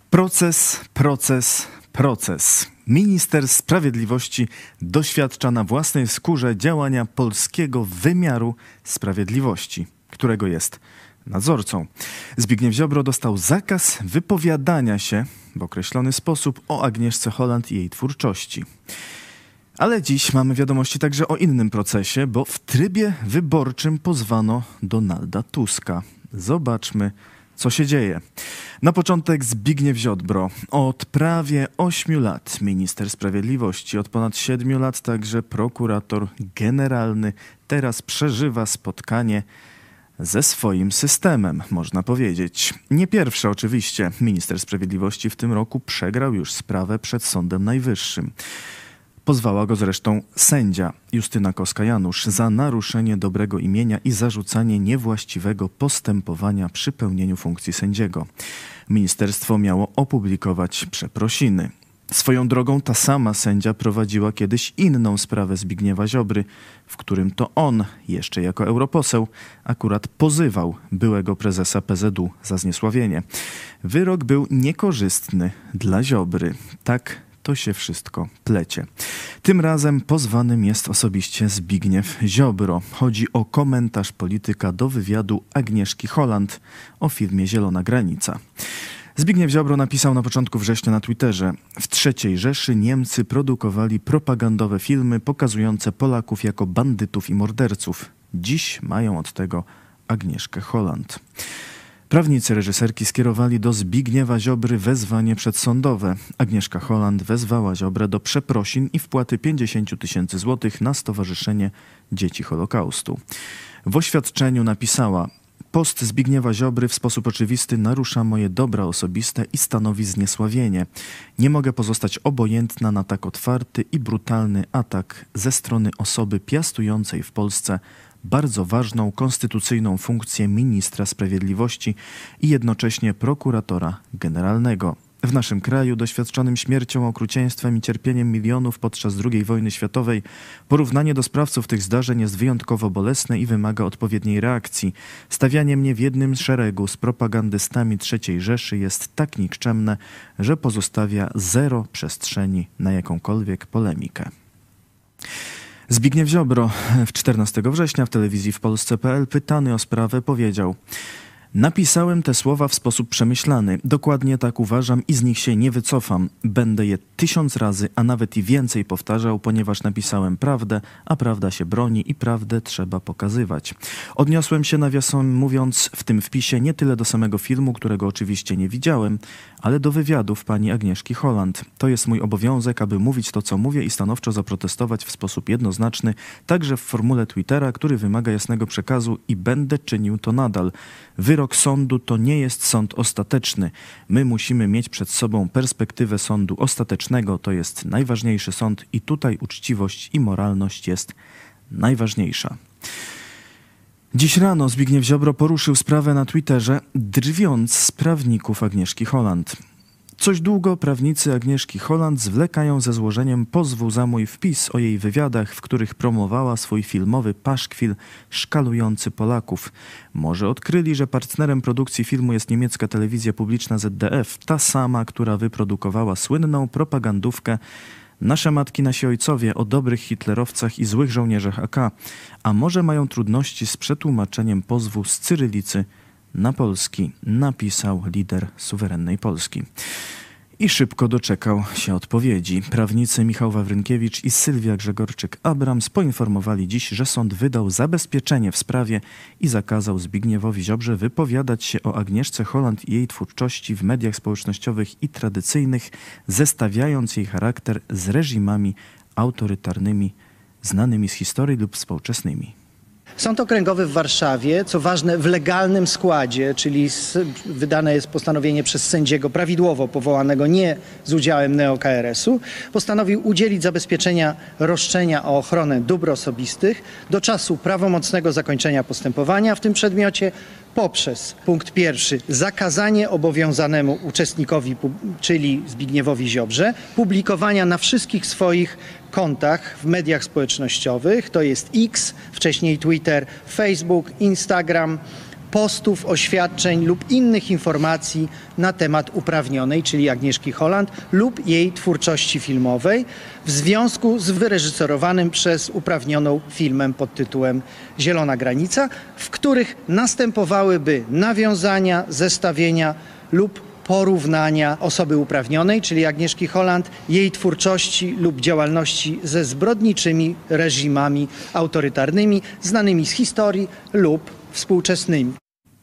Proces. Minister Sprawiedliwości doświadcza na własnej skórze działania polskiego wymiaru sprawiedliwości, którego jest nadzorcą. Zbigniew Ziobro dostał zakaz wypowiadania się w określony sposób o Agnieszce Holland i jej twórczości. Ale dziś mamy wiadomości także o innym procesie, bo w trybie wyborczym pozwano Donalda Tuska. Zobaczmy, co się dzieje. Na początek Zbigniew Ziobro. Od prawie 8 lat minister sprawiedliwości, od ponad 7 lat także prokurator generalny teraz przeżywa spotkanie ze swoim systemem, można powiedzieć. Nie pierwsze oczywiście. Minister sprawiedliwości w tym roku przegrał już sprawę przed Sądem Najwyższym. Pozwała go zresztą sędzia Justyna Kostka-Janusz za naruszenie dobrego imienia i zarzucanie niewłaściwego postępowania przy pełnieniu funkcji sędziego. Ministerstwo miało opublikować przeprosiny. Swoją drogą ta sama sędzia prowadziła kiedyś inną sprawę Zbigniewa Ziobry, w którym to on, jeszcze jako europoseł, akurat pozywał byłego prezesa PZU za zniesławienie. Wyrok był niekorzystny dla Ziobry. Tak to się wszystko plecie. Tym razem pozwanym jest osobiście Zbigniew Ziobro. Chodzi o komentarz polityka do wywiadu Agnieszki Holland o filmie Zielona Granica. Zbigniew Ziobro napisał na początku września na Twitterze: w III Rzeszy Niemcy produkowali propagandowe filmy pokazujące Polaków jako bandytów i morderców. Dziś mają od tego Agnieszkę Holland. Prawnicy reżyserki skierowali do Zbigniewa Ziobry wezwanie przedsądowe. Agnieszka Holland wezwała Ziobrę do przeprosin i wpłaty 50 000 złotych na Stowarzyszenie Dzieci Holokaustu. W oświadczeniu napisała: post Zbigniewa Ziobry w sposób oczywisty narusza moje dobra osobiste i stanowi zniesławienie. Nie mogę pozostać obojętna na tak otwarty i brutalny atak ze strony osoby piastującej w Polsce bardzo ważną konstytucyjną funkcję ministra sprawiedliwości i jednocześnie prokuratora generalnego. W naszym kraju, doświadczonym śmiercią, okrucieństwem i cierpieniem milionów podczas II wojny światowej, porównanie do sprawców tych zdarzeń jest wyjątkowo bolesne i wymaga odpowiedniej reakcji. Stawianie mnie w jednym szeregu z propagandystami III Rzeszy jest tak nikczemne, że pozostawia zero przestrzeni na jakąkolwiek polemikę. Zbigniew Ziobro 14 września w telewizji w Polsce.pl pytany o sprawę powiedział: napisałem te słowa w sposób przemyślany. Dokładnie tak uważam i z nich się nie wycofam. Będę je 1000 razy, a nawet i więcej powtarzał, ponieważ napisałem prawdę, a prawda się broni i prawdę trzeba pokazywać. Odniosłem się, nawiasem mówiąc, w tym wpisie nie tyle do samego filmu, którego oczywiście nie widziałem, ale do wywiadów pani Agnieszki Holland. To jest mój obowiązek, aby mówić to, co mówię i stanowczo zaprotestować w sposób jednoznaczny, także w formule Twittera, który wymaga jasnego przekazu i będę czynił to nadal. Wyrok sądu to nie jest sąd ostateczny. My musimy mieć przed sobą perspektywę sądu ostatecznego. To jest najważniejszy sąd i tutaj uczciwość i moralność jest najważniejsza. Dziś rano Zbigniew Ziobro poruszył sprawę na Twitterze, drwiąc z prawników Agnieszki Holland. Coś długo prawnicy Agnieszki Holland zwlekają ze złożeniem pozwu za mój wpis o jej wywiadach, w których promowała swój filmowy paszkwil szkalujący Polaków. Może odkryli, że partnerem produkcji filmu jest niemiecka telewizja publiczna ZDF, ta sama, która wyprodukowała słynną propagandówkę Nasze matki, nasi ojcowie o dobrych hitlerowcach i złych żołnierzach AK. A może mają trudności z przetłumaczeniem pozwu z cyrylicy na polski, napisał lider suwerennej Polski. I szybko doczekał się odpowiedzi. Prawnicy Michał Wawrynkiewicz i Sylwia Grzegorczyk-Abrams poinformowali dziś, że sąd wydał zabezpieczenie w sprawie i zakazał Zbigniewowi Ziobrze wypowiadać się o Agnieszce Holland i jej twórczości w mediach społecznościowych i tradycyjnych, zestawiając jej charakter z reżimami autorytarnymi znanymi z historii lub współczesnymi. Sąd Okręgowy w Warszawie, co ważne, w legalnym składzie, czyli wydane jest postanowienie przez sędziego prawidłowo powołanego, nie z udziałem neo-KRS-u, postanowił udzielić zabezpieczenia roszczenia o ochronę dóbr osobistych do czasu prawomocnego zakończenia postępowania w tym przedmiocie poprzez punkt pierwszy zakazanie obowiązanemu uczestnikowi, czyli Zbigniewowi Ziobrze, publikowania na wszystkich swoich kontach w mediach społecznościowych, to jest X, wcześniej Twitter, Facebook, Instagram, postów, oświadczeń lub innych informacji na temat uprawnionej, czyli Agnieszki Holland, lub jej twórczości filmowej w związku z wyreżyserowanym przez uprawnioną filmem pod tytułem Zielona granica, w których następowałyby nawiązania, zestawienia lub porównania osoby uprawnionej, czyli Agnieszki Holland, jej twórczości lub działalności ze zbrodniczymi reżimami autorytarnymi, znanymi z historii lub współczesnymi.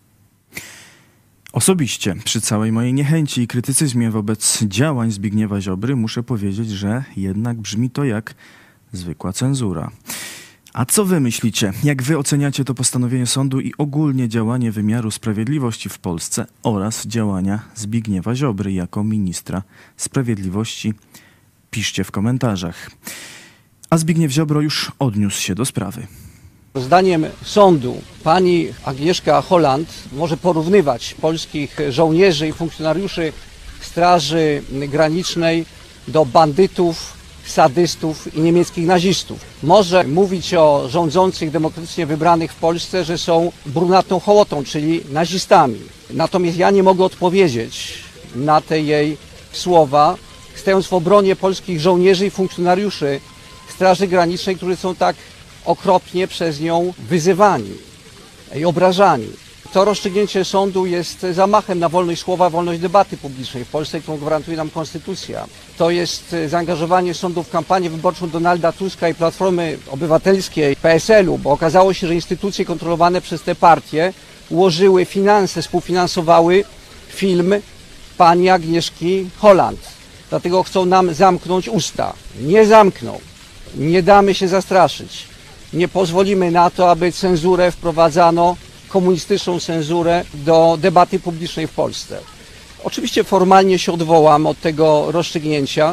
Osobiście, przy całej mojej niechęci i krytycyzmie wobec działań Zbigniewa Ziobry, muszę powiedzieć, że jednak brzmi to jak zwykła cenzura. A co wy myślicie? Jak wy oceniacie to postanowienie sądu i ogólnie działanie wymiaru sprawiedliwości w Polsce oraz działania Zbigniewa Ziobry jako ministra sprawiedliwości? Piszcie w komentarzach. A Zbigniew Ziobro już odniósł się do sprawy. Zdaniem sądu pani Agnieszka Holland może porównywać polskich żołnierzy i funkcjonariuszy Straży Granicznej do bandytów, sadystów i niemieckich nazistów. Może mówić o rządzących demokratycznie wybranych w Polsce, że są brunatną hołotą, czyli nazistami. Natomiast ja nie mogę odpowiedzieć na te jej słowa, stając w obronie polskich żołnierzy i funkcjonariuszy Straży Granicznej, którzy są tak okropnie przez nią wyzywani i obrażani. To rozstrzygnięcie sądu jest zamachem na wolność słowa, wolność debaty publicznej w Polsce, którą gwarantuje nam Konstytucja. To jest zaangażowanie sądu w kampanię wyborczą Donalda Tuska i Platformy Obywatelskiej, PSL-u, bo okazało się, że instytucje kontrolowane przez te partie ułożyły finanse, współfinansowały film pani Agnieszki Holland. Dlatego chcą nam zamknąć usta. Nie zamkną. Nie damy się zastraszyć. Nie pozwolimy na to, aby cenzurę wprowadzano, komunistyczną cenzurę do debaty publicznej w Polsce. Oczywiście formalnie się odwołam od tego rozstrzygnięcia.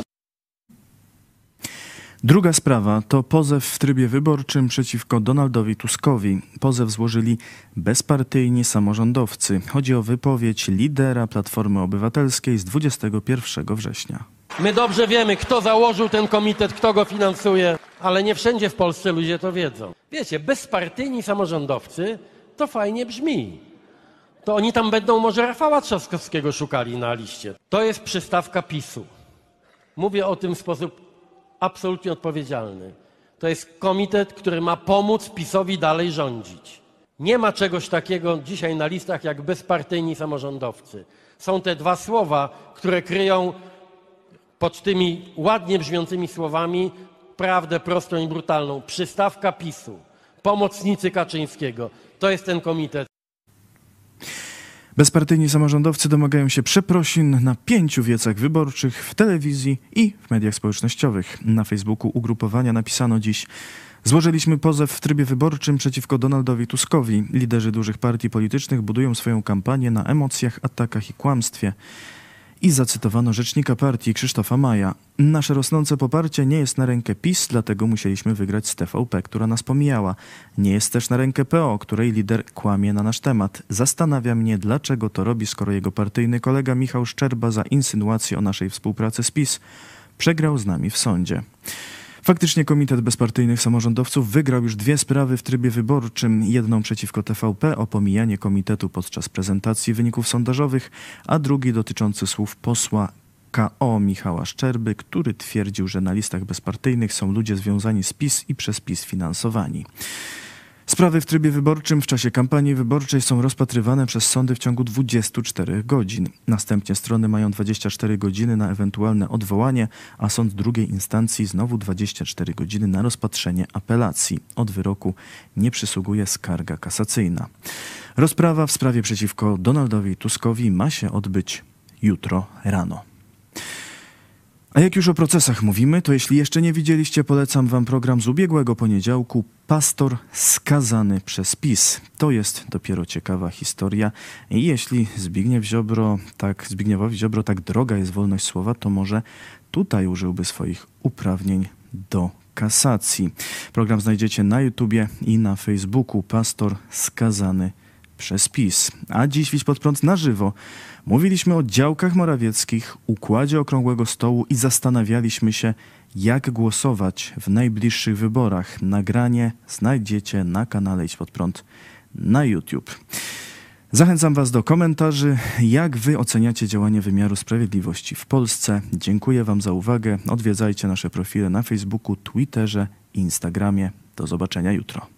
Druga sprawa to pozew w trybie wyborczym przeciwko Donaldowi Tuskowi. Pozew złożyli bezpartyjni samorządowcy. Chodzi o wypowiedź lidera Platformy Obywatelskiej z 21 września. My dobrze wiemy, kto założył ten komitet, kto go finansuje, ale nie wszędzie w Polsce ludzie to wiedzą. Wiecie, bezpartyjni samorządowcy to fajnie brzmi. To oni tam będą może Rafała Trzaskowskiego szukali na liście. To jest przystawka PiS-u. Mówię o tym w sposób absolutnie odpowiedzialny. To jest komitet, który ma pomóc PiS-owi dalej rządzić. Nie ma czegoś takiego dzisiaj na listach jak bezpartyjni samorządowcy. Są te dwa słowa, które kryją pod tymi ładnie brzmiącymi słowami prawdę prostą i brutalną. Przystawka PiS-u. Pomocnicy Kaczyńskiego. To jest ten komitet. Bezpartyjni samorządowcy domagają się przeprosin na 5 wiecach wyborczych w telewizji i w mediach społecznościowych. Na Facebooku ugrupowania napisano dziś: złożyliśmy pozew w trybie wyborczym przeciwko Donaldowi Tuskowi. Liderzy dużych partii politycznych budują swoją kampanię na emocjach, atakach i kłamstwie. I zacytowano rzecznika partii Krzysztofa Maja. Nasze rosnące poparcie nie jest na rękę PiS, dlatego musieliśmy wygrać z TVP, która nas pomijała. Nie jest też na rękę PO, której lider kłamie na nasz temat. Zastanawia mnie, dlaczego to robi, skoro jego partyjny kolega Michał Szczerba za insynuację o naszej współpracy z PiS przegrał z nami w sądzie. Faktycznie Komitet Bezpartyjnych Samorządowców wygrał już 2 sprawy w trybie wyborczym. Jedną przeciwko TVP o pomijanie komitetu podczas prezentacji wyników sondażowych, a drugi dotyczący słów posła KO Michała Szczerby, który twierdził, że na listach bezpartyjnych są ludzie związani z PiS i przez PiS finansowani. Sprawy w trybie wyborczym w czasie kampanii wyborczej są rozpatrywane przez sądy w ciągu 24 godzin. Następnie strony mają 24 godziny na ewentualne odwołanie, a sąd drugiej instancji znowu 24 godziny na rozpatrzenie apelacji. Od wyroku nie przysługuje skarga kasacyjna. Rozprawa w sprawie przeciwko Donaldowi Tuskowi ma się odbyć jutro rano. A jak już o procesach mówimy, to jeśli jeszcze nie widzieliście, polecam wam program z ubiegłego poniedziałku Pastor skazany przez PiS. To jest dopiero ciekawa historia. I jeśli Zbigniewowi Ziobro tak droga jest wolność słowa, to może tutaj użyłby swoich uprawnień do kasacji. Program znajdziecie na YouTubie i na Facebooku. Pastor skazany przez PiS. A dziś Widź pod prąd na żywo. Mówiliśmy o działkach morawieckich, układzie okrągłego stołu i zastanawialiśmy się, jak głosować w najbliższych wyborach. Nagranie znajdziecie na kanale Idź Pod Prąd na YouTube. Zachęcam Was do komentarzy, jak Wy oceniacie działanie wymiaru sprawiedliwości w Polsce. Dziękuję Wam za uwagę. Odwiedzajcie nasze profile na Facebooku, Twitterze i Instagramie. Do zobaczenia jutro.